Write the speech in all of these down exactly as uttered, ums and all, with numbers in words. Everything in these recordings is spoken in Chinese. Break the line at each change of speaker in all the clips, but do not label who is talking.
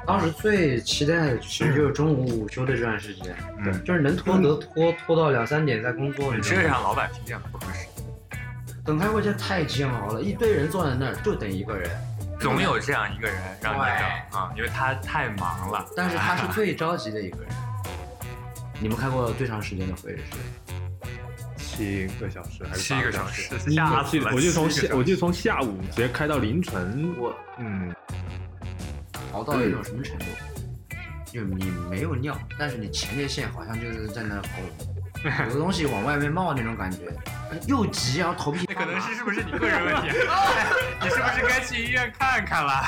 当时最期待的其实就是中午午休的这段时间，嗯，就是能拖得拖拖到两三点在工作。
你这个让老板听见了不合适。
等开会真太煎熬了，一堆人坐在那儿就等一个人，
总有这样一个人让你等啊，因为他太忙了。
但是他是最着急的一个人。你们开过最长时间的会是？
七个小时还是
七个小时？
吓死了！我就从下，我就从下午直接开到凌晨。
我
嗯，
熬到一种什么程度？就你没有尿，但是你前列腺好像就是在那吼，有个东西往外面冒那种感觉，又急然后头皮。
那可能是是不是你个人问题？你是不是该去医院看看了？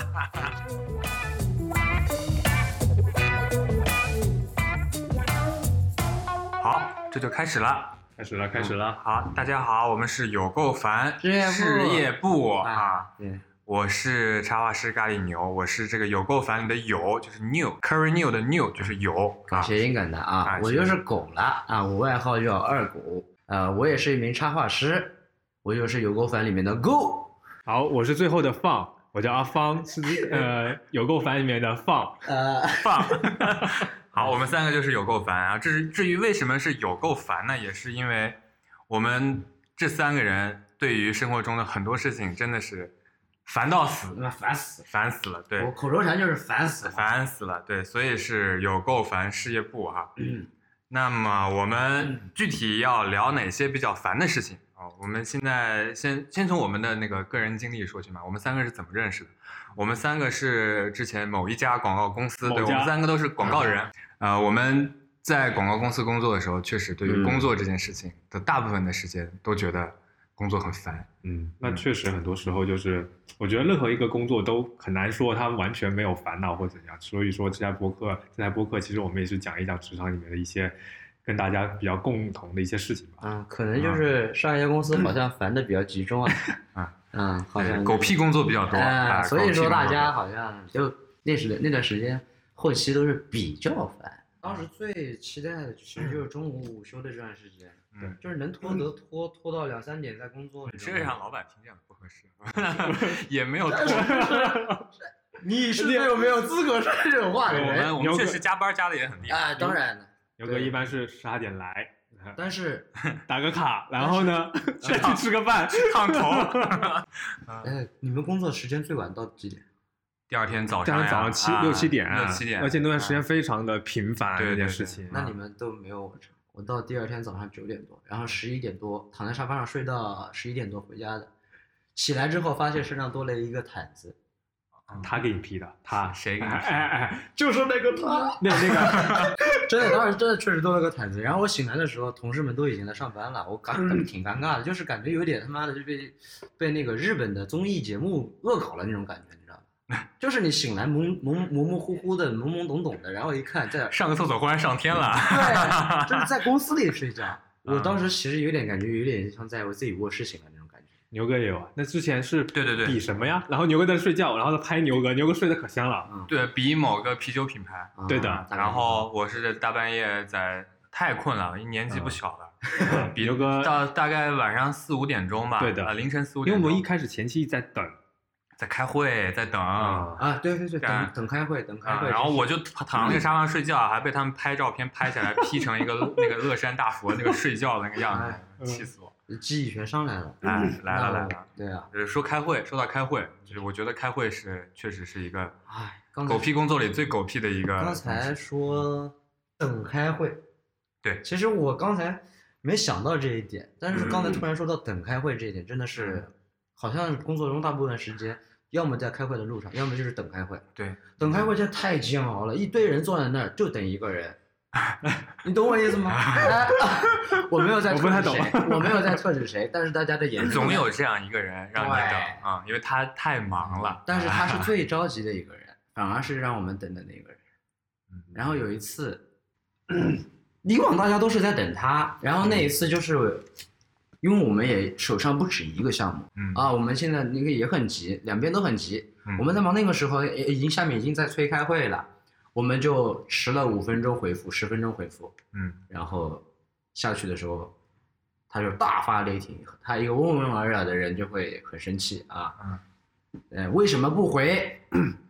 好，这就开始了。
开始了，开始了。
嗯、好，大家好，我们是有够烦
事业部，
事业部啊。
对，
我是插画师咖喱牛，我是这个有够烦里的有，就是 new curry new 的 new 就是有，
谐音梗的啊。啊我就是狗了啊，我外号叫二狗，呃，我也是一名插画师，我就是有够烦里面的 go。
好，我是最后的放，我叫阿方，是呃有够烦里面的放，
呃
放。好，我们三个就是有够烦啊！至至于为什么是有够烦呢？也是因为我们这三个人对于生活中的很多事情真的是烦到死，
烦死，
烦死了。对，
我口头禅就是烦死，
烦死了。对，所以是有够烦事业部哈。
嗯。
那么我们具体要聊哪些比较烦的事情？哦，我们现在先先从我们的那个个人经历说起嘛。我们三个是怎么认识的？我们三个是之前某一家广告公司，对，我们三个都是广告人。呃，我们在广告公司工作的时候，确实对于工作这件事情的大部分的时间都觉得工作很烦。
嗯，那确实很多时候就是，我觉得任何一个工作都很难说他完全没有烦恼或怎样。所以说这台播客，这台播客其实我们也是讲一讲职场里面的一些跟大家比较共同的一些事情吧。
嗯，可能就是上一家公司好像烦的比较集中啊。
啊，
嗯，好像
狗屁工作比较多，
啊，所以说大家好像就那时那段时间后期都是比较烦。当时最期待的其实就是中午午休的这段时间，
嗯，
就是能拖得拖拖到两三点在工作。
你这个让老板听见了不合适，也没有拖。
你是最有没有资格说这种话的人？
我们我们确实加班加的也很厉害。
哎，当然了，
牛哥一般是十二点来。
但是
打个卡，然后呢，去去吃个饭，
烫头。
哎，你们工作时间最晚到几点？
第二天早上，
第二天早上七六七点，
六七点，
而且那段时间非常的频繁，这件事情。
那你们都没有我长，我到第二天早上九点多，然后十一点多躺在沙发上睡到十一点多回家的，起来之后发现身上多了一个毯子。
他给你批的，他
谁给你批？
哎哎，就是那个他，那那个，
真的，当时真的确实多了个毯子。然后我醒来的时候，同事们都已经在上班了，我感觉挺尴尬的，就是感觉有点他妈的就被被那个日本的综艺节目恶搞了那种感觉，你知道吗？就是你醒来蒙蒙模模糊糊的、懵懵懂懂的，然后一看在
上个厕所忽然上天了，
对，就是在公司里睡觉。我当时其实有点感觉，有点像在我自己卧室醒了那种感觉。
牛哥也有啊，那之前是
对对对
比什么呀？然后牛哥在睡觉，然后他拍牛哥，牛哥睡得可香了。
嗯，
对比某个啤酒品牌，
对的。
然后我是大半夜在太困了，因为年纪不小了，比
牛哥
到大概晚上四五点钟吧。
对的，
凌晨四五点钟。
因为我们一开始前期在等，
在开会，在等
啊，对对对，等等开会，等开会。
然后我就躺在那个沙发上睡觉，还被他们拍照片拍下来，P 成一个那个乐山大佛那个睡觉的那个样子，气死我。
记忆全上来了，
哎，来了来了，
对啊，
说开会，说到开会，就是我觉得开会是确实是一个，
哎，
狗屁工作里最狗屁的一个。
刚才说等开会，
对，
其实我刚才没想到这一点，但是刚才突然说到等开会这一点，真的是，好像工作中大部分时间，要么在开会的路上，要么就是等开会。
对，
等开会真的太煎熬了，一堆人坐在那儿就等一个人。你懂我意思吗？哎、我没有在特指谁，我, 我没有在特指谁，但是大家的眼
总有这样一个人让你等啊、嗯，因为他太忙了。
但是他是最着急的一个人，反而是让我们等的那个人。然后有一次，以往大家都是在等他，然后那一次就是，因为我们也手上不止一个项目，
嗯
啊，我们现在那个也很急，两边都很急。嗯、我们在忙那个时候，已经下面已经在催开会了。我们就迟了五分钟回复，十分钟回复，
嗯，
然后下去的时候，他就大发雷霆，他一个温文尔雅的人就会很生气啊，
嗯，
呃，为什么不回？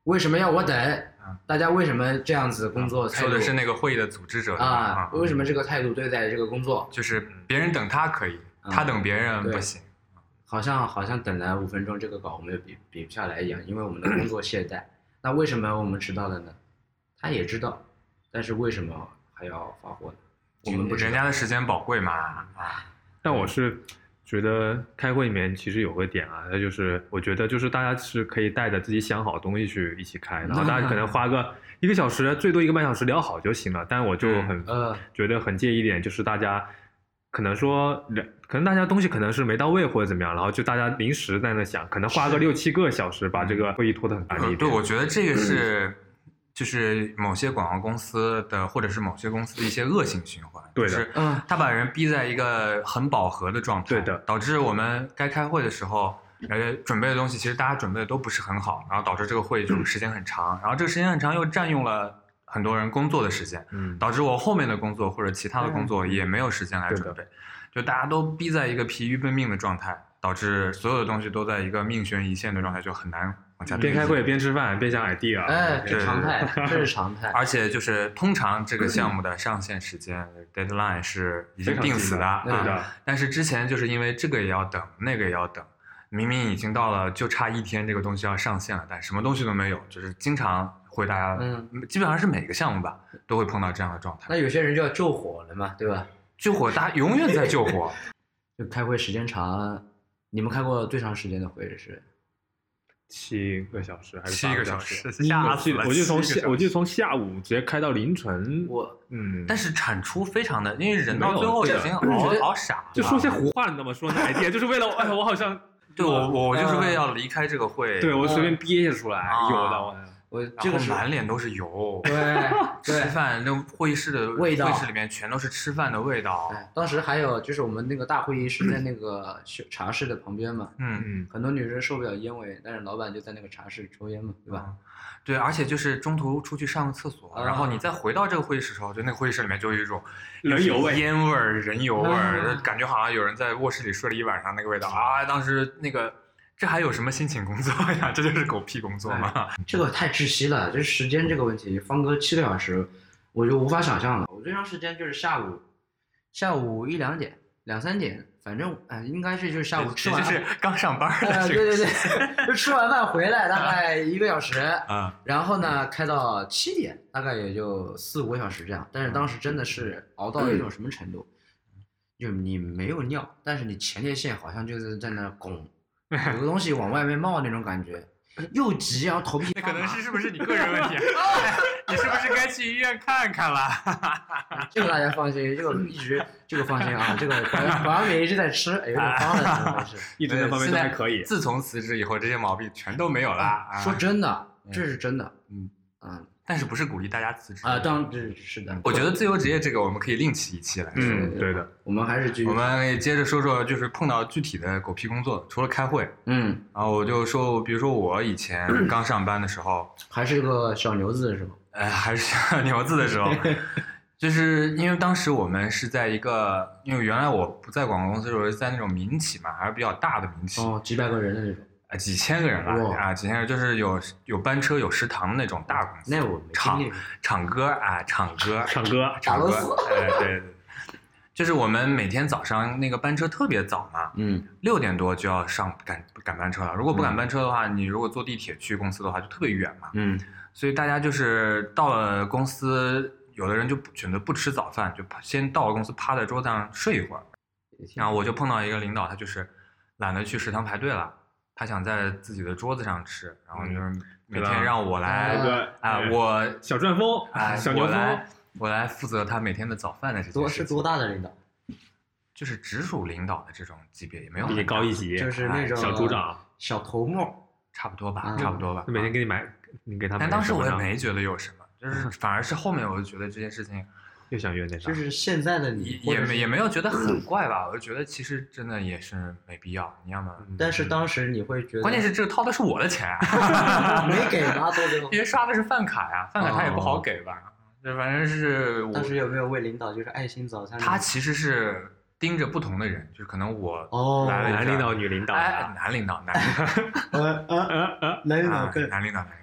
为什么要我等？大家为什么这样子工作态度？
说的是那个会议的组织者
啊，为什么这个态度对待这个工作？
就是别人等他可以，他等别人不行。
好像好像等了五分钟，这个稿我们比比不下来一样，因为我们的工作懈怠。那为什么我们迟到了呢？他也知道，但是为什么还要发货呢？我们不知道，
人家的时间宝贵嘛啊！
但我是觉得开会里面其实有个点啊，那就是我觉得就是大家是可以带着自己想好的东西去一起开，然后大家可能花个一个小时，最多一个半小时聊好就行了。但我就很、
呃、
觉得很介意一点，就是大家可能说，可能大家东西可能是没到位或者怎么样，然后就大家临时在那想，可能花个六七个小时把这个会议拖得很烦的一点。
对，我觉得这个是。嗯就是某些广告公司的，或者是某些公司的一些恶性循环，
对的，
就是他把人逼在一个很饱和的状态，
对的，
导致我们该开会的时候，呃，准备的东西其实大家准备的都不是很好，然后导致这个会就时间很长，然后这个时间很长又占用了很多人工作的时间，嗯，导致我后面的工作或者其他的工作也没有时间来准备，就大家都逼在一个疲于奔命的状态，导致所有的东西都在一个命悬一线的状态，就很难。
边开会边吃饭边想 idea，
哎，这是常态，这是常态。
而且就是通常这个项目的上线时间 deadline 是已经定死的，
对的。
但是之前就是因为这个也要等，那个也要等，明明已经到了就差一天这个东西要上线了，但什么东西都没有，就是经常会大家，嗯，基本上是每个项目吧都会碰到这样的状态。
那有些人就要救火了嘛，对吧？
救火，大家永远在救火。
就开会时间长，你们开过最长时间的会是？
七个小时还是
七个小时？
吓死了！我就从下，我就从下午直接开到凌晨。
我
嗯，
但是产出非常的，因为人到最后已经熬熬傻了，
就说些胡话，你知道吗？说那 idea 就是为了，哎，我好像
对我我就是为了要离开这个会，
对我随便憋出来，有的我。
我这个
满脸都是油，
对，
吃饭那会议室的
味道，
会议室里面全都是吃饭的味道。
哎，当时还有就是我们那个大会议室在那个茶室的旁边嘛，
嗯嗯，
很多女生受不了烟味，但是老板就在那个茶室抽烟嘛，对吧？
嗯、对，而且就是中途出去上个厕所，啊、然后你再回到这个会议室的时候，就那个会议室里面就有一种
人油味、
烟味儿、人油味儿，啊、感觉好像有人在卧室里睡了一晚上那个味道啊！当时那个。这还有什么心情工作呀？这就是狗屁工作吗？
哎、这个太窒息了，就是时间这个问题，方哥七个小时，我就无法想象了。我最长时间就是下午，下午一两点、两三点，反正哎、呃，应该是就是下午吃完，
就是刚上班的、
呃。对对对，就吃完饭回来大概一个小时，
啊，
然后呢开到七点，大概也就四五个小时这样。但是当时真的是熬到一种什么程度，嗯、就你没有尿，但是你前列腺好像就是在那拱。有个东西往外面冒那种感觉，又急然后头皮
那可能是是不是你个人问题？你是不是该去医院看看了？
这个大家放心，这个一直这个放心啊，这个保养品一直在吃，有点慌了，没事，
一直在方面都还可以。
自从辞职以后，这些毛病全都没有了。啊、
说真的，这是真的，
嗯
嗯。
但是不是鼓励大家辞职
啊？当然这是的。
我觉得自由职业这个我们可以另起一期来说。
嗯，对的。
我们还是继续。
我们接着说说，就是碰到具体的狗屁工作，除了开会，
嗯，
然后我就说，比如说我以前刚上班的时候，
还是个小牛子的时候，
哎，还是小牛子的时候，就是因为当时我们是在一个，因为原来我不在广告公司的时候，是在那种民企嘛，还是比较大的民企，
哦，几百个人的那种。
几千个人吧，啊，几千人就是有有班车有食堂的那种大公司。
那我没
唱唱歌啊，唱歌，
唱歌，
唱歌。哎，对对，就是我们每天早上那个班车特别早嘛，
嗯，
六点多就要上赶赶班车了。如果不赶班车的话，嗯、你如果坐地铁去公司的话，就特别远嘛，
嗯，
所以大家就是到了公司，有的人就选择不吃早饭，就先到了公司趴在桌子上睡一会儿。然后我就碰到一个领导，他就是懒得去食堂排队了。他想在自己的桌子上吃，然后就是每天让我来，啊、嗯，我
小转风，
啊，
小牛
风，我来负责他每天的早饭的这些事情。
多是多大的领导？
就是直属领导的这种级别，也没有
比你高一级，
就是那种
小组长、
小头目，
差不多吧，嗯、差不多吧。
每天给你买，你给他买。
但当时我也没觉得有什么，就是反而是后面我就觉得这件事情。
越想越那啥，
就是现在的你
也没也没有觉得很怪吧，我就觉得其实真的也是没必要，你要么。
但是当时你会觉得，
关键是这个掏的是我的钱，
没给吗？都给我，
因为刷的是饭卡呀，饭卡他也不好给吧，就反正是。
当时有没有为领导就是爱心早餐？
他其实是盯着不同的人，就是可能我
哦，
来了
男领导、女领导，
哎，男领导、男领导，
呃呃呃呃，男领导
男领导、男领导。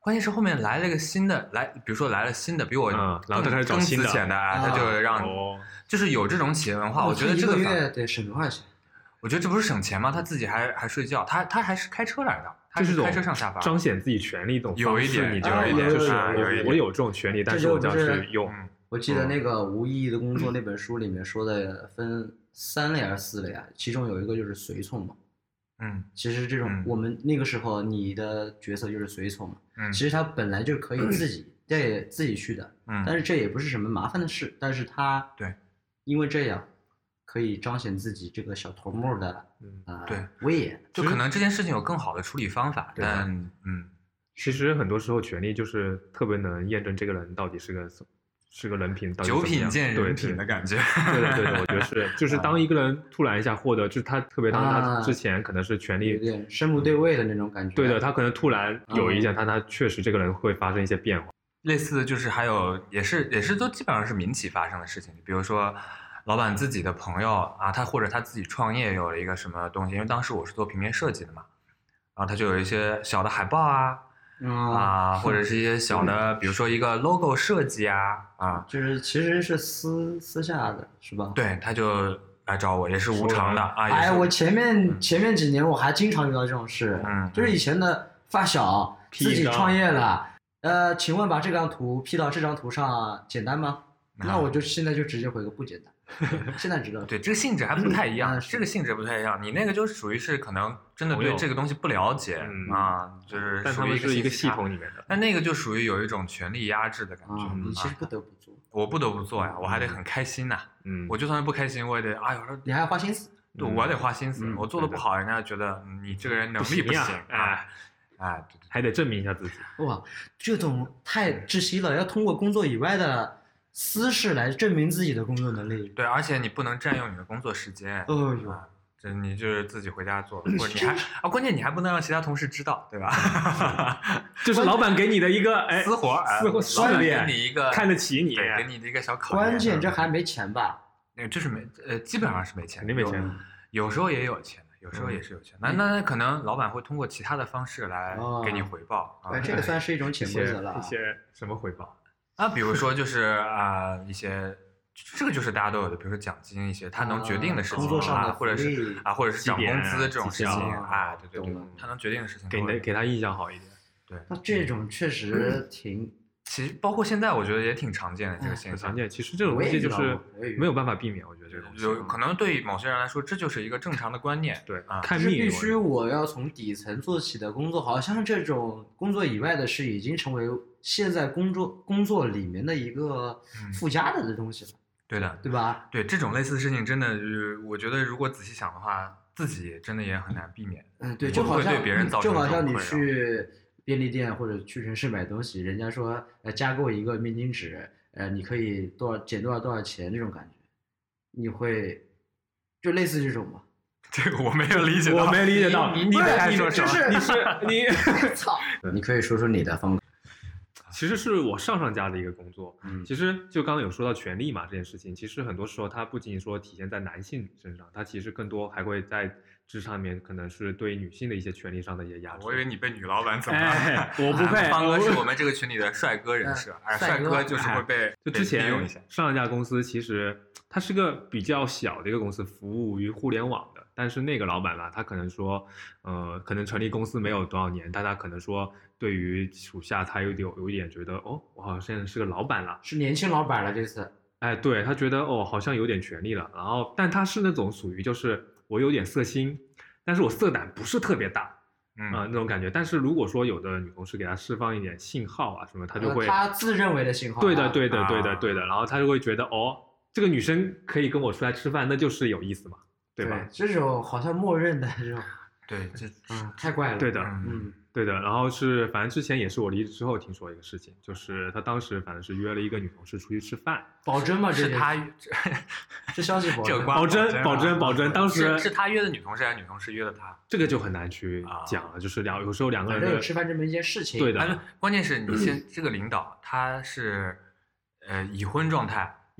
关键是后面来了一个新的，来，比如说来了新的比我
嗯然后他开始找
更
新的
资浅的，啊他就让
哦，
就是有这种企业文化，我觉得这个反
一个月得省多少钱？
我觉得这不是省钱吗？他自己还还睡觉，他他还是开车来的，他
就是这
开车
种
上下班，
彰显自己权利一种
有一点
方式，你知
有一点
道吗？就是
啊有一点
我有这种权利，但是我就要去用。
嗯
我记得那个《无意义的工作》那本书里面说的分三类还是四类啊？其中有一个就是随从嘛。
嗯
其实这种
嗯
我们那个时候你的角色就是随从嘛。
嗯
其实他本来就可以自己带自己去的，
嗯，
但是这也不是什么麻烦的事。但是他
对，
因为这样可以彰显自己这个小头目的
嗯，
啊
对
威严。
就可能这件事情有更好的处理方法，
对
但嗯，
其实很多时候权利就是特别能验证这个人到底是个是个人品，到底
九
怎么样
品见人
对
品的感觉，
对的对的，我觉得是，就是当一个人突然一下获得，就是他特别当他
啊
之前可能是权力
有点深不对位的那种感觉。
对的，他可能突然有一件，
嗯
他他确实这个人会发生一些变化。
类似的就是还有也是也是都基本上是民企发生的事情，比如说老板自己的朋友啊，他或者他自己创业有了一个什么东西，因为当时我是做平面设计的嘛，然后他就有一些小的海报啊
啊，
啊，或者是一些小的，比如说一个 logo 设计啊啊，
就是其实是私私下的，是吧？。
对，他就来找我，也是无偿的啊，也
哎，
是
我前面前面几年我还经常遇到这种事，
嗯
就是以前的发小
P
自己
张
创业了，呃，请问把这张图 P 到这张图上简单吗？那我就现在就直接回个不简单。现在知道。
对，这个性质还不太一样，
嗯
这个性质不太一样。你那个就属于是可能真的对
朋友
这个东西不了解
嗯
啊，就是
但他
属于
们是一个系
信息差
统里面的，
但那个就属于有一种权力压制的感觉。
啊，
嗯
你其实不得不做，
我不得不做呀，我还得很开心呐、
嗯，
我就算是不开心，我也得，哎呦，说
你还要花心思。
对，我得花心思。
嗯
我做的不好，人家觉得嗯你这个人能力
不行
行
啊
啊，哎，对对
还得证明一下自己。
哇，这种太窒息了，要通过工作以外的私事来证明自己的工作能力。
对，而且你不能占用你的工作时间。
哦哟，
啊，这你就是自己回家做，或者你还啊，关键你还不能让其他同事知道，对吧？
这是老板给你的一个哎
私活，哎
私活
老板
试炼
给你一个
看得起你，
对，给你的一个小考验。
关键这还没钱吧？
呃就是没呃，基本上是没钱，
肯定没钱。
有时候也有钱的，有时候也是有钱。那那那可能老板会通过其他的方式来给你回报啊
哎，。这个算是一种潜
一些
规则了啊
一。些什么回报？
啊，比如说就是啊一些，这个就是大家都有的，比如说奖金一些他能决定的事情
工作上
啊，
的
或者
福利
是啊，或者是涨工资这种事情
绩效
啊，对对对
懂了，
他能决定的事情
给
都有
你给他印象好一点。
对。
那这种确实挺
其实包括现在，我觉得也挺常见的这个现象
很常。见。其实这种
我
东西就是
也遇到过我也遇到
没有办法避免，我觉得这个东西
有可能对某些人来说，这就是一个正常的观念。
对
啊
看命
是必须我要从底层做起的工作，好像这种工作以外的事已经成为现在工作工作里面的一个
嗯
附加的的东西了，
对的，
对吧？
对这种类似的事情，真的，呃我觉得如果仔细想的话，自己真的也很难避免。
嗯，对，
会
就好像
会对别人造成
就好像你
这种困扰
去便利店或者屈臣氏买东西，人家说呃加购一个面巾纸，呃你可以多少减多少多少钱这种感觉，你会就类似这种吗？
这个我没有理解到，
我没理解到，
你你
不是
在说什么？
就是
你是你。
操，你可以说说你的方法。
其实是我上上家的一个工作。
嗯
其实就刚刚有说到权利嘛，这件事情，其实很多时候它不仅仅说体现在男性身上，它其实更多还会在职场里面可能是对女性的一些权利上的一些压制。
我以为你被女老板怎么了？
哎，我不配。
方哥
我
是我们这个群里的帅哥人设，哎，
帅哥
帅哥就是会被
就之
被利用
前
一下。
上一家公司，其实它是个比较小的一个公司，服务于互联网的。但是那个老板吧，他可能说，呃，可能成立公司没有多少年，但他可能说，对于属下他有点有一点觉得，哦，我好像现在是个老板了。
是年轻老板了这次，
哎，对，他觉得哦，好像有点权利了。然后，但他是那种属于就是我有点色心，但是我色胆不是特别大。
嗯
啊、那种感觉。但是如果说有的女同事给他释放一点信号啊什么，他就会，
呃他自认为的信号啊。
对的，对的，对的，
啊
对的，然后他就会觉得，哦，这个女生可以跟我出来吃饭，那就是有意思嘛，对吧？
这种好像默认的这种，
对，这
嗯，太怪了。
对的，
嗯
嗯，
对的。然后是，反正之前也是我离职之后听说一个事情，就是他当时反正是约了一个女同事出去吃饭，
保真吗？这件
是他
事这消息保真。
这瓜
保真，
啊
保真，保真。当时
是是他约的女同事还是女同事约的他？
这个就很难去讲了，就是两有时候两个
反正有
人的
吃饭这么一件事情。
对的
哎，关键是你现这个领导他是呃已婚状态，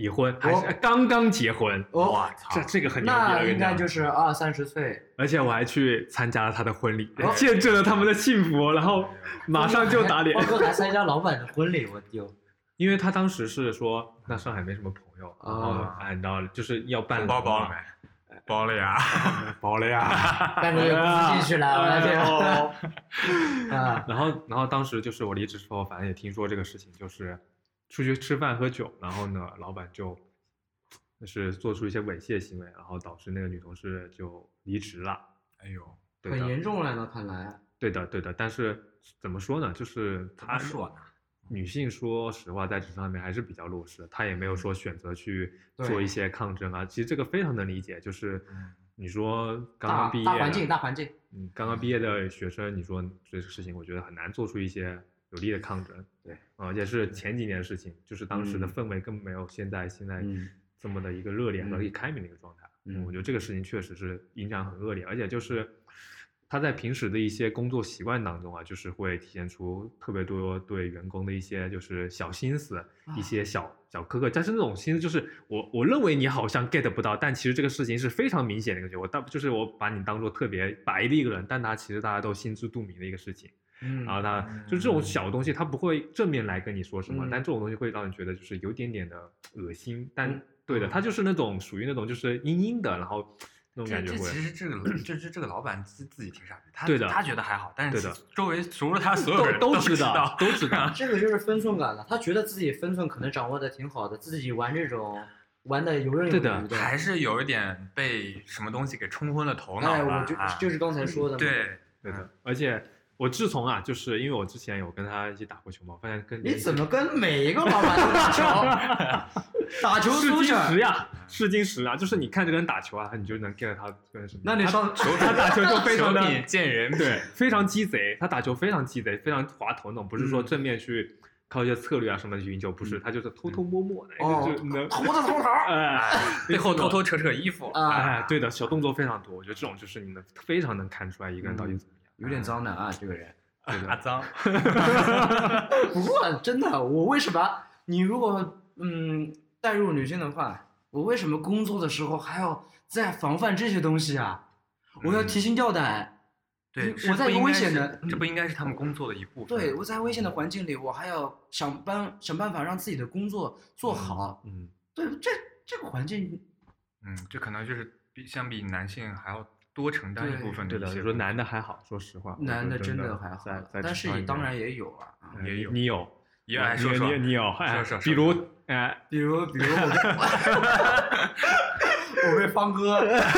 已婚，还是刚刚结婚。
哦
我操，
这这个很牛逼
那
了，
应该就是二三十岁，
而且我还去参加了他的婚礼，
哦
见证了他们的幸福，然后马上就打脸。
包哥还参加老板的婚礼，我丢！
因为他当时是说，那上海没什么朋友，然后
哦
按照就是要办
包包了没？包了呀，
包了呀，
半个月不进去了，我
哎
的
呦
天！啊，
然后，然后当时就是我离职之后，反正也听说这个事情，就是出去吃饭喝酒，然后呢，老板就就是做出一些猥亵行为，然后导致那个女同事就离职了。
哎呦，
对的，
很严重了呢，看来。
对的，对的。但是怎么说呢？就是她
说呢？
女性说实话，在职场里面还是比较弱势，她也没有说选择去做一些抗争啊。其实这个非常能理解，就是你说刚刚毕业，
大环境，大环境，
嗯，刚刚毕业的学生，你说这个事情，我觉得很难做出一些有力的抗争。
对，
而且是前几年的事情，就是当时的氛围根本没有现在现在这么的一个热烈和一个开明的一个状态。嗯，我觉得这个事情确实是影响很恶劣，而且就是他在平时的一些工作习惯当中啊，就是会体现出特别多对员工的一些就是小心思，一些小小苛刻。但是那种心思就是我我认为你好像 get 不到，但其实这个事情是非常明显的一个。我当就是我把你当做特别白的一个人，但他其实大家都心知肚明的一个事情。
嗯，
然后他就这种小东西，他不会正面来跟你说什么，
嗯、
但这种东西会让你觉得就是有点点的恶心。但、
嗯、
对的，他就是那种属于那种就是阴阴的，然后。那种感觉会，
其实这个就是这个老板自自己挺傻逼，他
对的，
他觉得还好，但是
对的，
周围除了他所有人
都
知
道，都知道，
这个就是分寸感了。他觉得自己分寸可能掌握的挺好的，自己玩这种玩的游刃有余
的，
的，
还是有一点被什么东西给冲昏了头脑。
哎，我就、啊、就是刚才说的嘛。
对，
对的，而且。我自从啊，就是因为我之前有跟他一起打过球嘛，发现跟
你怎么跟每一个老板都打球？打球
是金石呀，是金石啊！就是你看这个人打球啊，你就能 get 他跟什么。
那你上
球，他打球就非常的
见人，
对，非常鸡贼。他打球非常鸡贼，非常滑头那种，不是说正面去靠一些策略啊什么的去赢球，不是，他就是偷偷摸摸的，
哦，
就能
偷着偷着，
哎，
背后偷偷扯扯衣服，
哎，对的，小动作非常多。我觉得这种就是你能非常能看出来一个人到底怎么样。
有点脏的啊，这个人。
阿脏，
不过真的，我为什么你如果嗯带入女性的话，我为什么工作的时候还要再防范这些东西啊？嗯、我要提心吊胆。
对，
我在一个危险的，
这不应该是他们工作的一部分。
对，我在危险的环境里，我还要想办想办法让自己的工作做好。
嗯，
对，这这个环境，
嗯，这可能就是比相比男性还要。多承担一部分
的，对的。你说男的还好，说实话，
男的真
的
还好，
在在
但是也当然也有啊，
也有，
你有，
也爱说说，
你有，
说说，
比如，哎，
比如，比如我，我被方哥，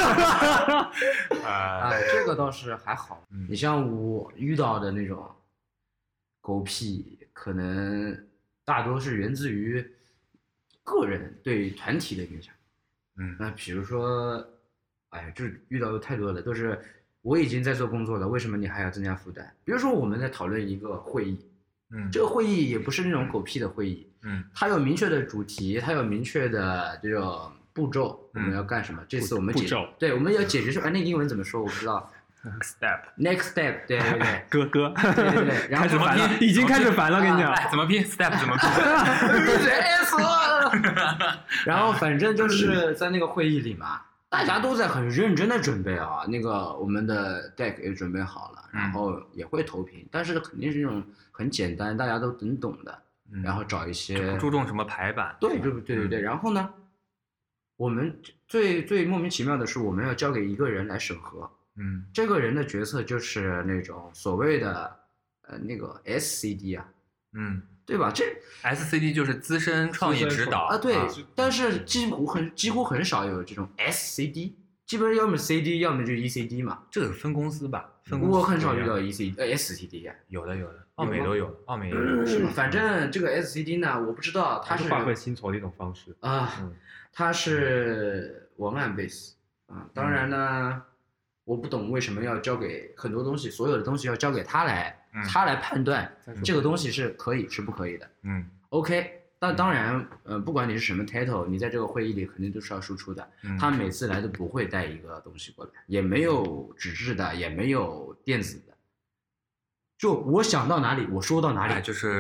啊，这个倒是还好。你像我遇到的那种狗屁，可能大多是源自于个人对团体的影响。
嗯，
那比如说。哎，这遇到的太多了，都是我已经在做工作了，为什么你还要增加负担？比如说我们在讨论一个会议，
嗯，
这个会议也不是那种狗屁的会议，
嗯，
它有明确的主题，它有明确的这种步骤，我们要干什么？嗯、这次我们解，对，我们要解决出，哎，那个英文怎么说？我不知道。Step，next step， 对对对，
哥哥，
对对对，然后
开始烦了，已经开始烦了，跟你讲，
怎么拼 ？Step 怎么拼？
然后反正就是在那个会议里嘛。大家都在很认真的准备啊，那个我们的 deck 也准备好了，然后也会投屏，但是肯定是那种很简单，大家都能懂的，
嗯、
然后找一些
不注重什么排版，
对对对对对，然后呢，我们最最莫名其妙的是，我们要交给一个人来审核，
嗯，
这个人的角色就是那种所谓的呃那个 S C D 啊，
嗯。
对吧？这
S C D 就是资深创意指导
啊，对，啊、但是几乎很几乎很少有这种 S C D， 基本上要么 C D， 要么就 E C D 嘛。
这个分公司吧，分公司
我很少遇到 E C D 呃 S C D
有的有的，奥美都有，奥美也有。
是反正这个 S C D 呢，我不知道它是
划分薪酬的一种方式
啊，嗯、它是文案 base 啊，当然呢。嗯我不懂为什么要交给很多东西，所有的东西要交给他来，嗯、他来判断这个东西是可以是不可以的。
嗯
，OK， 但当然，呃，不管你是什么 title， 你在这个会议里肯定都是要输出的。嗯、他每次来都不会带一个东西过来，也没有纸质的，也没有电子的。就我想到哪里，我说到哪里，
哎、就是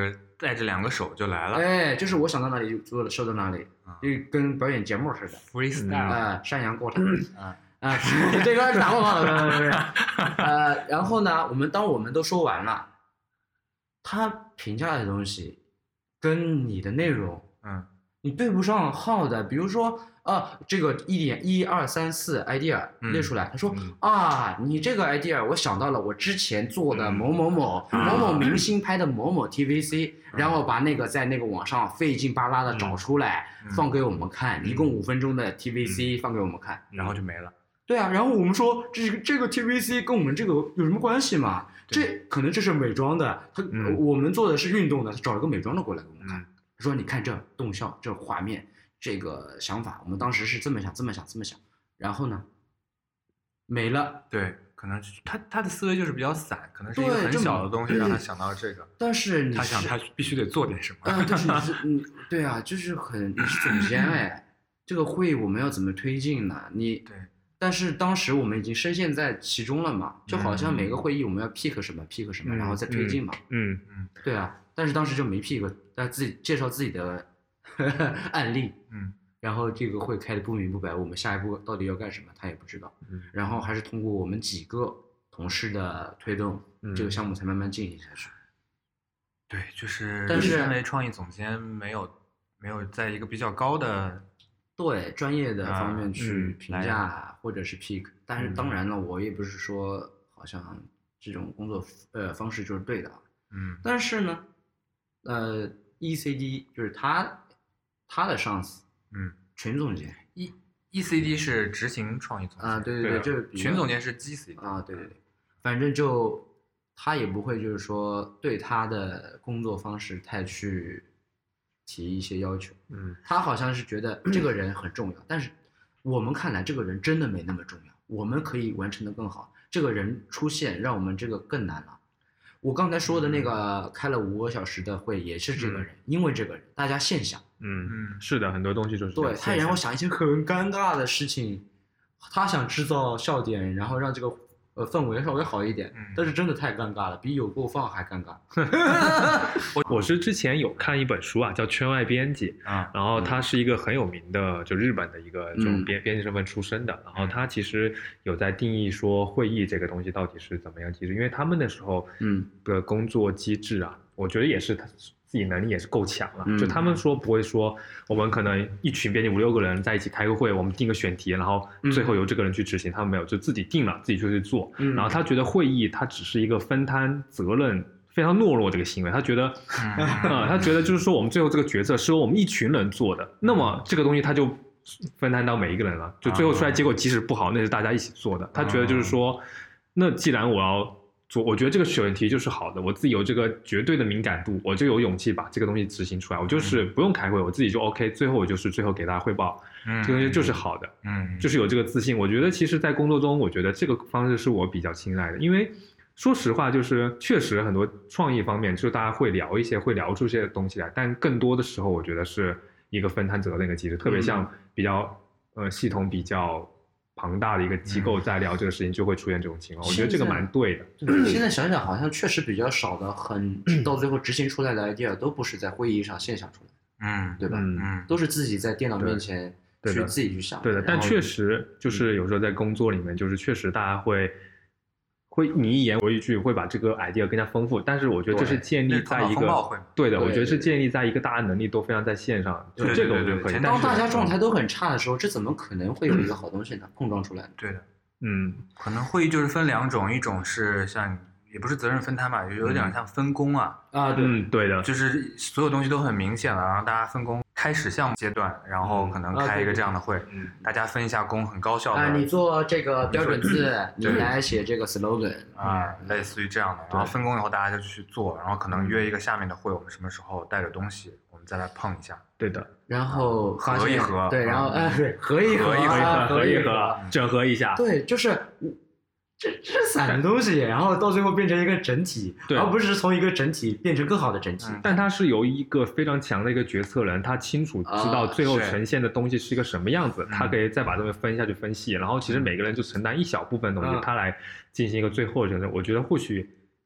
带着两个手就来了，
哎，就是我想到哪里就做说到哪里，就跟表演节目似的
freestyle
啊，山羊过场
啊
啊，这个打广告的，不是不是，呃，然后呢，我们当我们都说完了，他评价的东西跟你的内容，
嗯，
你对不上号的，比如说啊，这个一点一二三四 idea 列出来，他说啊，你这个 idea 我想到了我之前做的某某某某某明星拍的某某 T V C，然后把那个在那个网上费劲巴拉的找出来放给我们看，一共五分钟的 T V C 放给我们看，
然后就没了。
对啊，然后我们说这个这个 T V C 跟我们这个有什么关系嘛？这可能这是美妆的，他、嗯、我们做的是运动的，他找了个美妆的过来给我们看，嗯、说你看这动效，这画面，这个想法，我们当时是这么想，这么想，这么想，然后呢，没了。
对，可能他他的思维就是比较散，可能是一个很小的东西让他想到这个，
但是你
他想他必须得做点什么。
啊、呃，就是你是你对啊，就是很你是总监哎，这个会议我们要怎么推进呢？你
对。
但是当时我们已经深陷在其中了嘛，就好像每个会议我们要 pick 什么 pick 什么，
嗯、
然后再推进嘛。
嗯
嗯，对啊。但是当时就没 pick，他自己介绍自己的呵呵案例，
嗯，
然后这个会开的不明不白，我们下一步到底要干什么，他也不知道。
嗯，
然后还是通过我们几个同事的推动，嗯、这个项目才慢慢进行下去。
对，就是，
但是
身为创意总监，没有没有在一个比较高的。
对专业的方面去评价、
啊嗯、
或者是 pick， 但是当然了，我也不是说好像这种工作呃方式就是对的，
嗯，
但是呢，呃 E C D 就是他他的上司，
嗯，
群总监
E E C D 是执行创意总监
啊，对对对，就是
群总监是 G C D
啊，对对对，反正就他也不会就是说对他的工作方式太去。提一些要求，
嗯，
他好像是觉得这个人很重要，但是我们看来这个人真的没那么重要，我们可以完成的更好。这个人出现让我们这个更难了。我刚才说的那个开了五个小时的会也是这个人，嗯、因为这个人大家现象，
嗯嗯，是的，很多东西就是
对他也让我想一些很尴尬的事情，他想制造笑点，然后让这个。呃，氛围稍微好一点，嗯、但是真的太尴尬了，比有够放还尴尬。
我我是之前有看一本书啊，叫《圈外编辑》啊，然后他是一个很有名的，就日本的一个这种编、嗯、编辑身份出身的，然后他其实有在定义说会议这个东西到底是怎么样机制，因为他们那时候嗯的工作机制啊，我觉得也是他。自己能力也是够强了，嗯、就他们说不会说我们可能一群编辑五六个人在一起开个会，我们定个选题，然后最后由这个人去执行，嗯、他们没有，就自己定了，自己就去做。嗯、然后他觉得会议它只是一个分摊责任非常懦弱这个行为，他觉得，啊、嗯呃，他觉得就是说我们最后这个决策是由我们一群人做的，那么这个东西他就分摊到每一个人了，就最后出来结果即使不好，那是大家一起做的。他觉得就是说，那既然我要。我觉得这个选题就是好的，我自己有这个绝对的敏感度，我就有勇气把这个东西执行出来。我就是不用开会，我自己就 OK。最后我就是最后给大家汇报，嗯、这个东西就是好的，嗯，就是有这个自信。我觉得其实，在工作中，我觉得这个方式是我比较青睐的，因为说实话，就是确实很多创意方面，就大家会聊一些，会聊出些东西来，但更多的时候，我觉得是一个分摊责任的机制，特别像比较呃系统比较。庞大的一个机构在聊这个事情，就会出现这种情况。我觉得这个蛮对的。
现在想想，好像确实比较少的，很到最后执行出来的 idea 都不是在会议上现想出来的，嗯，对吧？嗯，都是自己在电脑面前去自己去想。
对的，但确实就是有时候在工作里面，就是确实大家会。会你一言我一句，会把这个 idea 更加丰富，但是我觉得这是建立在一个对的，我觉得是建立在一个大家能力都非常在线上，就这个我就可以。
当大家状态都很差的时候，这怎么可能会有一个好东西呢？碰撞出来。
对的，
嗯，
可能会议就是分两种，一种是像也不是责任分摊吧，有点像分工啊
啊，对，
嗯，对的，
就是所有东西都很明显了，然后大家分工。开始项目阶段，然后可能开一个这样的会，嗯、大家分一下工，很高效的。
啊，你做这个标准字，你来写这个 slogan
啊，类似于这样的。然后分工以后，大家就去做，然后可能约一个下面的会，我们什么时候带着东西，我们再来碰一下。
对的。
然后
合一合，
对，然后哎，对，合一合，
合一合，合一合，整合一下。
对，就是。这这是散的东西，然后到最后变成一个整体，而不是从一个整体变成更好的整体。
嗯、但他是由一个非常强的一个决策人，他清楚知道最后呈现的东西是一个什么样子，他可以再把东西分下去分析，然后其实每个人就承担一小部分东西，嗯、他来进行一个最后的决策。我觉得或许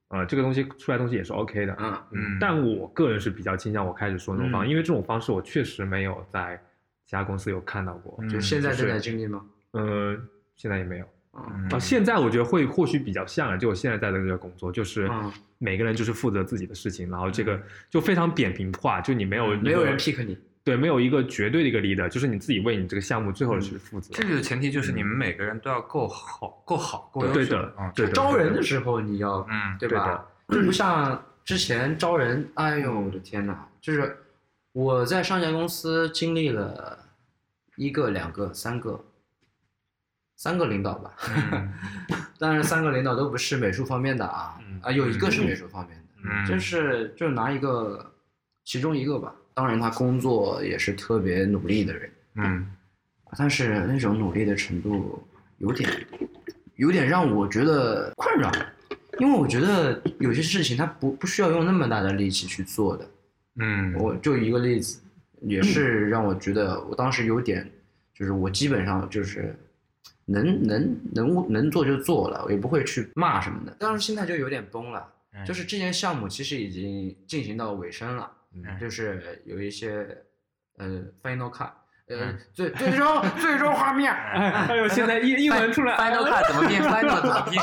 呃，这个东西出来的东西也是 OK 的，
嗯
嗯
但我个人是比较倾向我开始说那种方式，
嗯
因为这种方式我确实没有在其他公司有看到过，
嗯
就现在
就是
正在经历吗？
呃，现在也没有。
嗯
啊，现在我觉得会或许比较像啊，就我现在在的这个工作，就是
嗯
每个人就是负责自己的事情，然后这个就非常扁平化，就你没有
没有人
一个
pick 你。
对，没有一个绝对的一个 leader，就是你自己为你这个项目最后去负责。
这个前提就是你们每个人都要够好、够好、够优秀。
对的
嗯，
对的
招人的时候你要，
嗯
对吧？就不像之前招人，哎呦我的天哪！就是我在上家公司经历了一个、两个、三个，三个领导吧。
嗯
当然三个领导都不是美术方面的啊，
嗯
啊有一个是美术方面的，
嗯
就是就拿一个其中一个吧。当然他工作也是特别努力的人，
嗯
但是那种努力的程度有点，有点让我觉得困扰，因为我觉得有些事情他不不需要用那么大的力气去做的。
嗯，
我就一个例子，也是让我觉得我当时有点，就是我基本上就是能能能能做就做了，我也不会去骂什么的。当时心态就有点崩了，
嗯
就是这件项目其实已经进行到尾声了，
嗯
就是有一些呃 final cut。呃
嗯，
最最终最终画面，
哎哎呦，现在英英文出来
Final Cut 怎么变 Final 怎么变？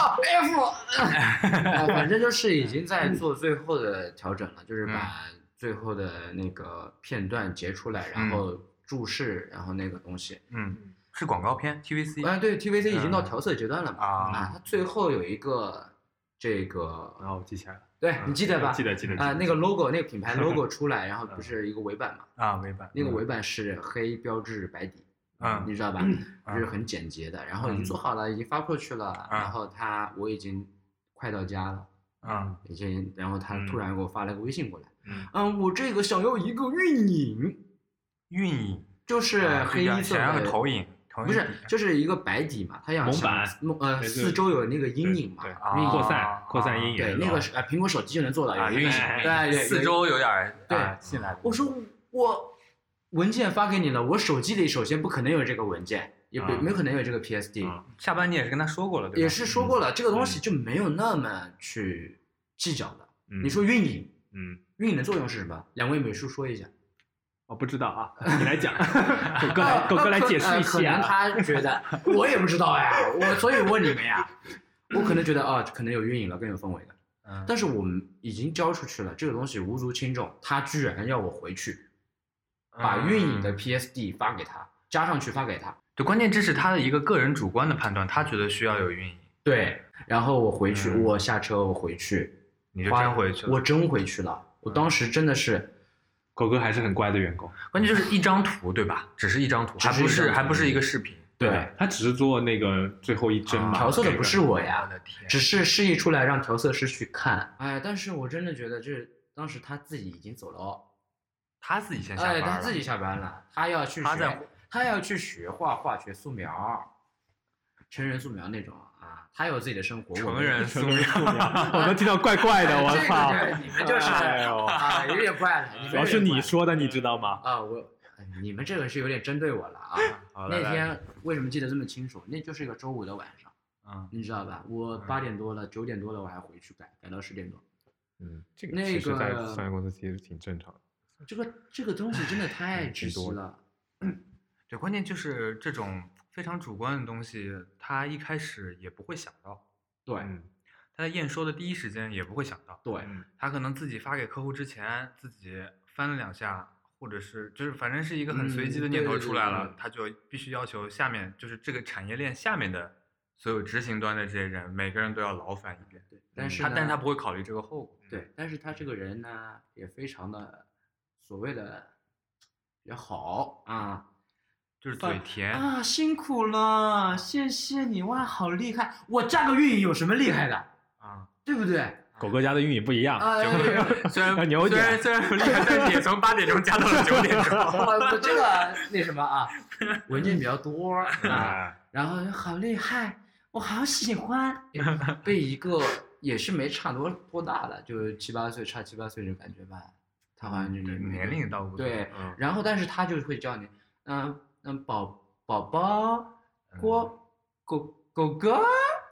F，呃反正就是已经在做最后的调整了，就是把最后的那个片段截出来，然后注释，然后那个东西。
嗯，是广告片 T V C。
哎，对 ，T V C 已经到调色阶段了嘛？
啊
啊，它最后有一个这个，
然后我记起来了，
对你记得吧？
记得记得
啊，
记得
那个 logo 那个品牌 logo 出来，然后不是一个尾板嘛？
啊，尾板
那个尾板是黑标志白底。
嗯
你知道吧？
嗯
就是很简洁的，然后已经做好了，已经发过去了，
嗯
然后他我已经快到家了，
嗯
已经，然后他突然给我发了个微信过来，
嗯
嗯，我这个想要一个运影，
运影
就是
啊
黑色
想要个
的
投影，投影
不是
底，
就是一个白底嘛，他要想
蒙版
蒙呃
对
四周有那个阴影嘛，
对
啊
阴影
扩散扩散阴影，
对，那个是呃苹果手机就能做到
啊，
有阴影，
影
对对，
四周有点儿
对
啊进来的。
我说我文件发给你了，我手机里首先不可能有这个文件，也不
啊
没可能有这个 P S D，
啊
下班你也是跟他说过了，对吧？
也是说过了，这个东西就没有那么去计较的。
嗯
你说运影，
嗯，
运影的作用是什么？两位美术说一下。
我不知道啊，你来讲，狗哥来狗哥来解释一
呃可能
下，
他觉得我也不知道呀，我所以问你们呀。我可能觉得啊，可能有运影了，更有氛围的。
嗯，
但是我们已经交出去了，这个东西无足轻重，他居然要我回去把运影的 P S D 发给他，加上去发给他。
对，关键这是他的一个个人主观的判断，他觉得需要有运影，
对，然后我回去，
嗯
我下车我回去，
你就
花
真回去了。
我真回去了。我当时真的是。
狗哥还是很乖的员工，
关键就是一张图，对吧？只是一张图，
只
还不
是一张图
是还不是一个视频。
对，
他只是做那个最后一帧嘛，
调色的不是我呀
我的天，
只是示意出来让调色师去看。哎，但是我真的觉得这当时他自己已经走了哦。
他自己先下班
哎，
了。
他自己下班了，他要去学
他在，
他要去学画画，学素描，成人素描那种啊。他有自己的生活。
成人素
成人素
描
描，我都听到怪怪的，我
这个
操！
对你们就是
哎呦
啊，有点怪了。你们
主要是你
有点怪
说的，你知道吗？
啊，我你们这个是有点针对我了啊。
好来来
那天为什么记得这么清楚？那就是一个周五的晚上。
嗯
你知道吧？我八点多了，九点多了，我还回去改，改到十点多。
嗯，这个
那
其实在
个
商业公司其实挺正常的。
这个这个东西真的太
嗯
窒息了。
对，关键就是这种非常主观的东西，他一开始也不会想到，
对
嗯
他在验收的第一时间也不会想到，
对，
嗯
他可能自己发给客户之前自己翻了两下，或者是就是反正是一个很随机的
嗯
念头
对对对
出来了，
对
他就必须要求下面就是这个产业链下面的所有执行端的这些人，每个人都要劳烦一遍。
对，但是
他，但是他
呢
不会考虑这个后果。
对，但是他这个人呢，也非常的所谓的比较好啊。
就是嘴甜。
啊，辛苦了，谢谢你哇，好厉害！我加个运营有什么厉害的，
啊，
对不对？
狗哥家的运营不一样，
啊，
虽然
牛点
虽然虽然很厉害，但是也从八点钟加到了九点钟。
我我这个那什么啊，文件比较多啊，
啊，
然后好厉害，我好喜欢，被一个也是没差多多大的，就七八岁，差七八岁这种感觉吧，他好像就
对
年
年龄倒无所谓
对，
嗯
然后但是他就会叫你，嗯嗯，宝宝宝郭狗狗哥，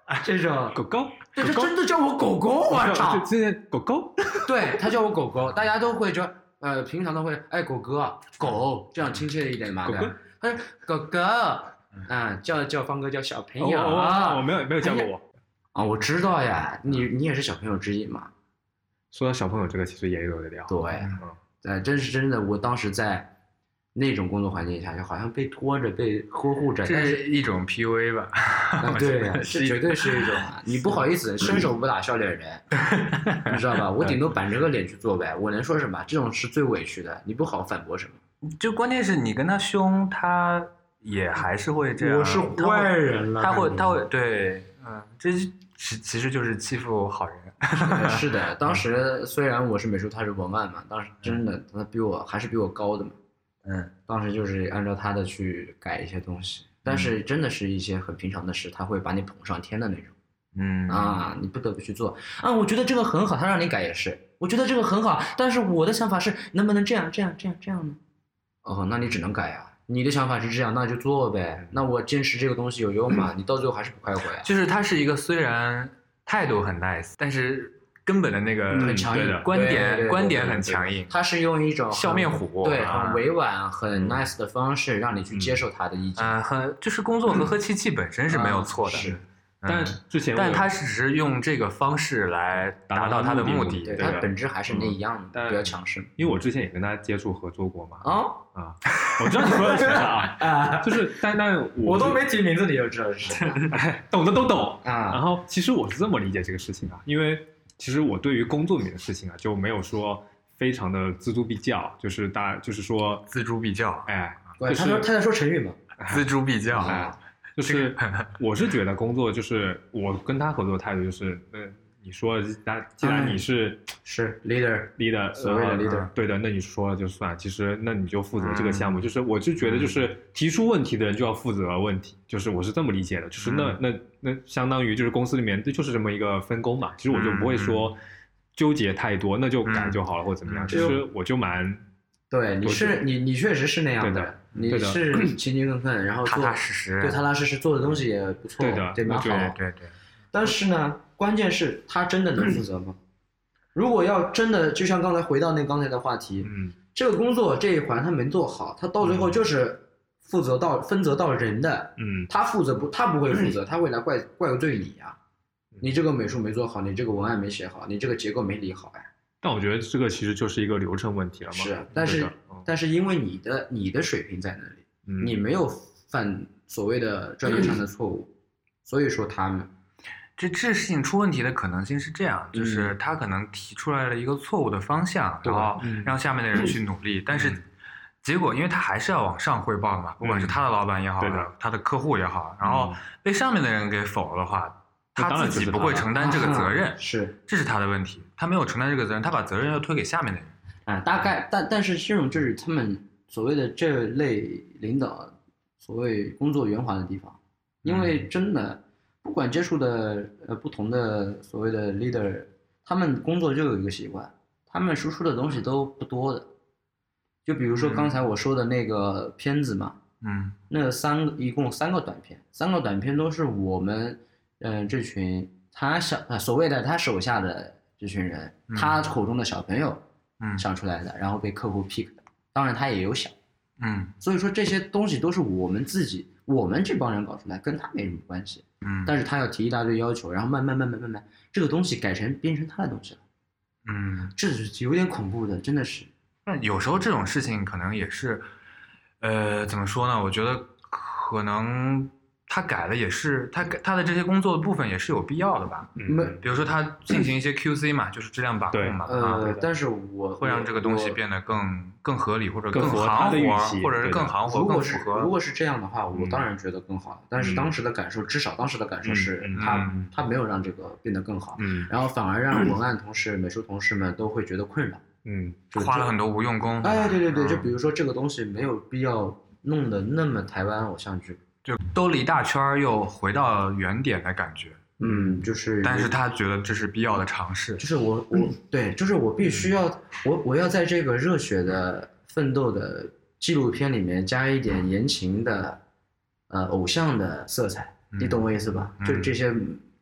这种
狗狗，
对，就真的叫我狗狗，我操！
就这狗狗，
对他叫我狗狗，大家都会就呃平常都会哎狗哥狗这样亲切一点嘛，对吧？他说狗狗，啊叫叫方哥叫小朋友
啊，我没有没有叫过我
啊，我知道呀，你你也是小朋友之一嘛。
说到小朋友这个，其实也有的聊。
对，呃，真是真的，我当时在那种工作环境下，就好像被拖着、被呵护着，
这是一种 P U A 吧？
啊、对呀、啊，这绝对是一种啊！你不好意思，伸手不打笑脸人，你知道吧？我顶多板着个脸去做呗，我能说什么？这种是最委屈的，你不好反驳什么。
就关键是你跟他凶，他也还是会这样。
我是坏人了，
他会，他会，对，嗯，这其其实就是欺负好人。
是的，当时虽然我是美术，他是文案嘛，当时真的他比我还是比我高的嘛。
嗯，
当时就是按照他的去改一些东西，但是真的是一些很平常的事，他会把你捧上天的那种。
嗯
啊，你不得不去做啊！我觉得这个很好，他让你改也是，我觉得这个很好，但是我的想法是能不能这样这样这样这样呢？哦，那你只能改啊！你的想法是这样，那就做呗。那我坚持这个东西有用吗？你到最后还是不快活呀。
就是他是一个虽然态度很 nice， 但是根本的那个
很强硬，
观点观点很强硬。
他是用一种
笑面虎，
对，很委婉、很 nice 的方式让你去接受他的意见。
嗯，很就是工作和和气气本身是没有错的。
是。
但之前，
但他只是用这个方式来达到他的目的，
对，他本质还是那一样的，比较强势。
因为我之前也跟他接触合作过嘛。
啊
啊，我知道你说的是啥啊，就是，但但
我都没提名字，你就知道是谁，
懂的都懂
啊。
然后其实我是这么理解这个事情啊，因为其实我对于工作里面的事情啊，就没有说非常的锱铢必较，就是大就是说
锱铢必较，
哎，
他说他在说成语嘛，
锱铢必较，
哎。就是我是觉得工作就是我跟他合作态度就是，呃，你说既然你是
是 leader
leader
所谓的 leader，
对的，那你说了就算，其实那你就负责这个项目，就是我就觉得就是提出问题的人就要负责问题，就是我是这么理解的，就是那那那相当于就是公司里面就是这么一个分工嘛，其实我就不会说纠结太多，那就改就好了或者怎么样，其实我就蛮。
对，你是你你确实是那样的，你是勤勤恳恳，然后
踏踏实实，
对，踏踏实实做的东西也不错，
对的，
对，蛮好，
对对。
但是呢，关键是他真的能负责吗？如果要真的，就像刚才回到那刚才的话题，
嗯，
这个工作这一环他没做好，他到最后就是负责到分责到人的，
嗯，
他负责不，他不会负责，他会来怪怪罪你呀，你这个美术没做好，你这个文案没写好，你这个结构没理好呀。
但我觉得这个其实就是一个流程问题了嘛。
是，但是、嗯、但是因为你的你的水平在那里、嗯，你没有犯所谓的专业上的错误，嗯、所以说他们
这这事情出问题的可能性是这样，就是他可能提出来了一个错误的方向，
嗯、
然后让下面的人去努力，嗯、但是结果因为他还是要往上汇报嘛，不管是他的老板也好，
嗯、
他的客户也好，然后被上面的人给否了的话。他自己不会承担这个责任，
啊、是，
这是他的问题，他没有承担这个责任，他把责任要推给下面的人。
啊，大概，但但是这种就是他们所谓的这类领导，所谓工作圆滑的地方，因为真的不管接触的呃不同的所谓的 leader， 他们工作就有一个习惯，他们输出的东西都不多的，就比如说刚才我说的那个片子嘛，
嗯，
那三个一共三个短片，三个短片都是我们。嗯，这群他小啊所谓的他手下的这群人，嗯、他口中的小朋友，
嗯，
想出来的，然后被客户 pick 的，当然他也有想，
嗯，
所以说这些东西都是我们自己，我们这帮人搞出来，跟他没什么关系，
嗯，
但是他要提一大堆要求，然后慢慢慢慢慢慢，这个东西改成变成他的东西了，
嗯，
这是有点恐怖的，真的是。
那有时候这种事情可能也是，呃，怎么说呢？我觉得可能。他改了也是他改他的这些工作的部分也是有必要的吧，
嗯，
比如说他进行一些 Q C 嘛，就是质量把控嘛，
呃，啊、但是我
会让这个东西变得更更合理或者更
行
活，或者是更行活、更符合。
如果是这样的话，我当然觉得更好。嗯、但是当时的感受，至少当时的感受是他、
嗯、
他没有让这个变得更好，
嗯，
然后反而让文案同事、美术同事们都会觉得困扰，
嗯，
花了很多无用功。
哎，对对对，就比如说这个东西没有必要弄得那么台湾偶像剧。
就兜了一大圈又回到原点的感觉，
嗯，就是，
但是他觉得这是必要的尝试，
就是我我、嗯、对，就是我必须要我我要在这个热血的奋斗的纪录片里面加一点言情的，呃，偶像的色彩，
嗯、
你懂我意思吧？
嗯、
就这些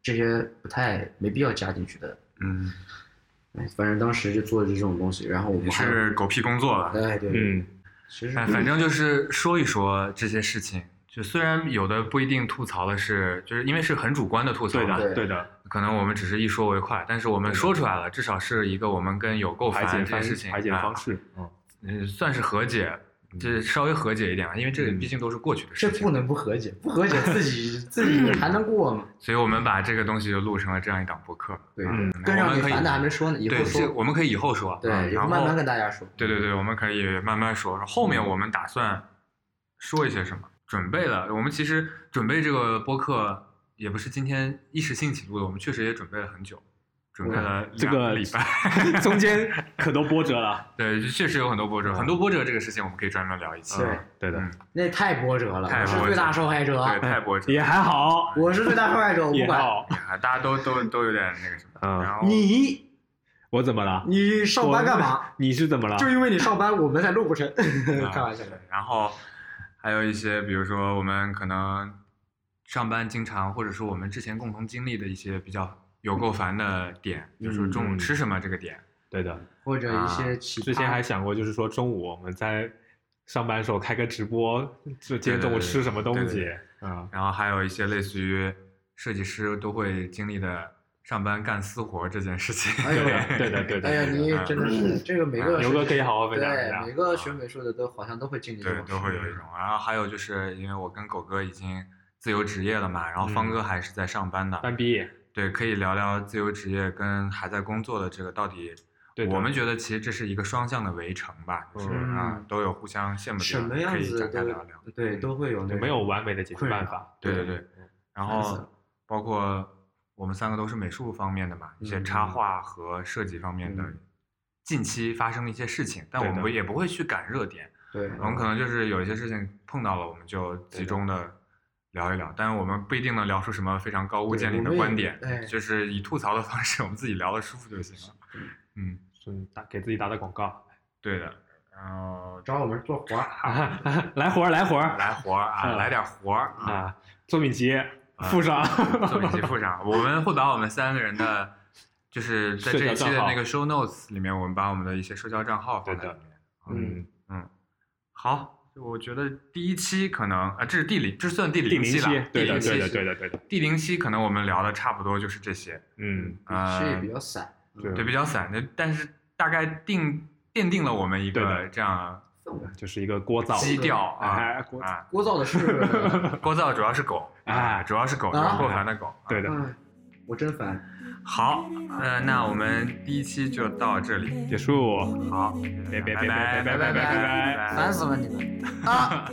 这些不太没必要加进去的。
嗯，
哎，反正当时就做这种东西，然后我们
也
还
是狗屁工作了。
哎对，
嗯，
其实
反反正就是说一说这些事情，就虽然有的不一定吐槽的是，就是因为是很主观的吐槽嘛，
对的，对的，
可能我们只是一说为快，但是我们说出来了，至少是一个我们跟有够
排解方
烦这件事情
排解方
啊
式，嗯，
嗯，算是和解，就是稍微和解一点啊，因为这个毕竟都是过去的
这
事情，
不能不和解，不和解自己自己还能过吗？
所以我们把这个东西就录成了这样一档播客。
对，
嗯
更让你
我们可以
烦的还没说呢，以后
对，
说
这。我们可以以后说，
对，
嗯然后
以后慢慢跟大家说。
对对对，我们可以慢慢说。后面我们打算说一些什么？准备了，我们其实准备这个播客也不是今天一时兴起录的，我们确实也准备了很久，准备了
这个
两礼拜，
中间可都波折了，
对，确实有很多波折，
嗯
很多波折这个事情我们可以专门聊一期。
对
嗯对的，
嗯，
那太波折了，
太波折
我是最大受害者，
对，太波折，
也还好，
我是最大受害者，我不管。
也好，
啊，大家都都都有点那个什么。
嗯
然后
你
我怎么了？
你上班干嘛？
你是怎么了？
就因为你上班，我们才录不成。开玩笑的。
然后还有一些，比如说我们可能上班经常，或者说我们之前共同经历的一些比较有够烦的点，就是说中午吃什么这个点。
对的，
或者一些奇葩。
之前还想过，就是说中午我们在上班的时候开个直播，就今天中午吃什么东西
对对对
啊？
然后还有一些类似于设计师都会经历的上班干私活这件事情。
哎呦
对的，对的。
哎呀，
对的
你真的是这个每个
牛哥可以好好分享一下
对每个学美术的都好像都会经历这
对，
种事。
都会有一种。然后还有就是因为我跟狗哥已经自由职业了嘛，然后方哥还是在上班的。
班毕业。
对，可以聊聊自由职业跟还在工作的这个到底。
对的
我们觉得其实这是一个双向的围城吧，就是、
嗯
啊，都有互相羡慕的地
什
方，
么样子
可以展开
都
聊聊。
对，都会有那种
没有完美的解决办法。
对对对，然后
烦死了
包括我们三个都是美术方面的嘛，一些
嗯
插画和设计方面的
嗯
近期发生的一些事情，但我
对的
们也不会去赶热点，
对，
我们可能就是有一些事情碰到了，我们就集中的聊一聊，但是我们不一定能聊出什么非常高屋建瓴的观点，
对我们也哎
就是以吐槽的方式，我们自己聊的舒服就行了。嗯，
是打给自己打打广告。
对的，然后
找我们做活儿。
啊，来活儿，来活儿，
来活儿啊，
嗯
来点活儿啊，
啊！作品集附上，
作品集附上，我们会把我们三个人的，就是在这一期的那个 show notes 里面，我们把我们的一些社交账号放在里面。
嗯
嗯，好，我觉得第一期可能啊，这是第零，这算第
第零
零期了，
期，对的，
第零期
对的，对的，对的。
第零期可能我们聊的差不多就是这些，
嗯，
呃
其实也比较散。
对
对，比较散的，但是大概定奠定了我们一个
对的
这样
就是一个聒噪
基调啊
哎聒
啊，
聒噪的是，
聒噪主要是狗
哎
啊，主要是狗，主要过烦的狗。啊
对的，
嗯，我真烦。
好，呃，那我们第一期就到这里，
结束。
好，
拜拜
拜拜
拜拜拜拜
烦死了你们啊！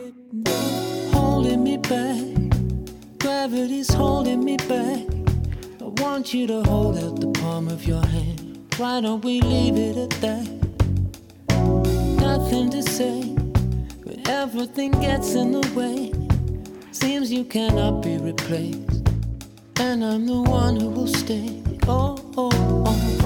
Holding me back, gravity's holding me back. I want you to hold out the palm of your hand. Why don't we leave it at that? Nothing to say, but everything gets in the way. Seems you cannot be replaced, and I'm the one who will stay. Oh, oh, oh.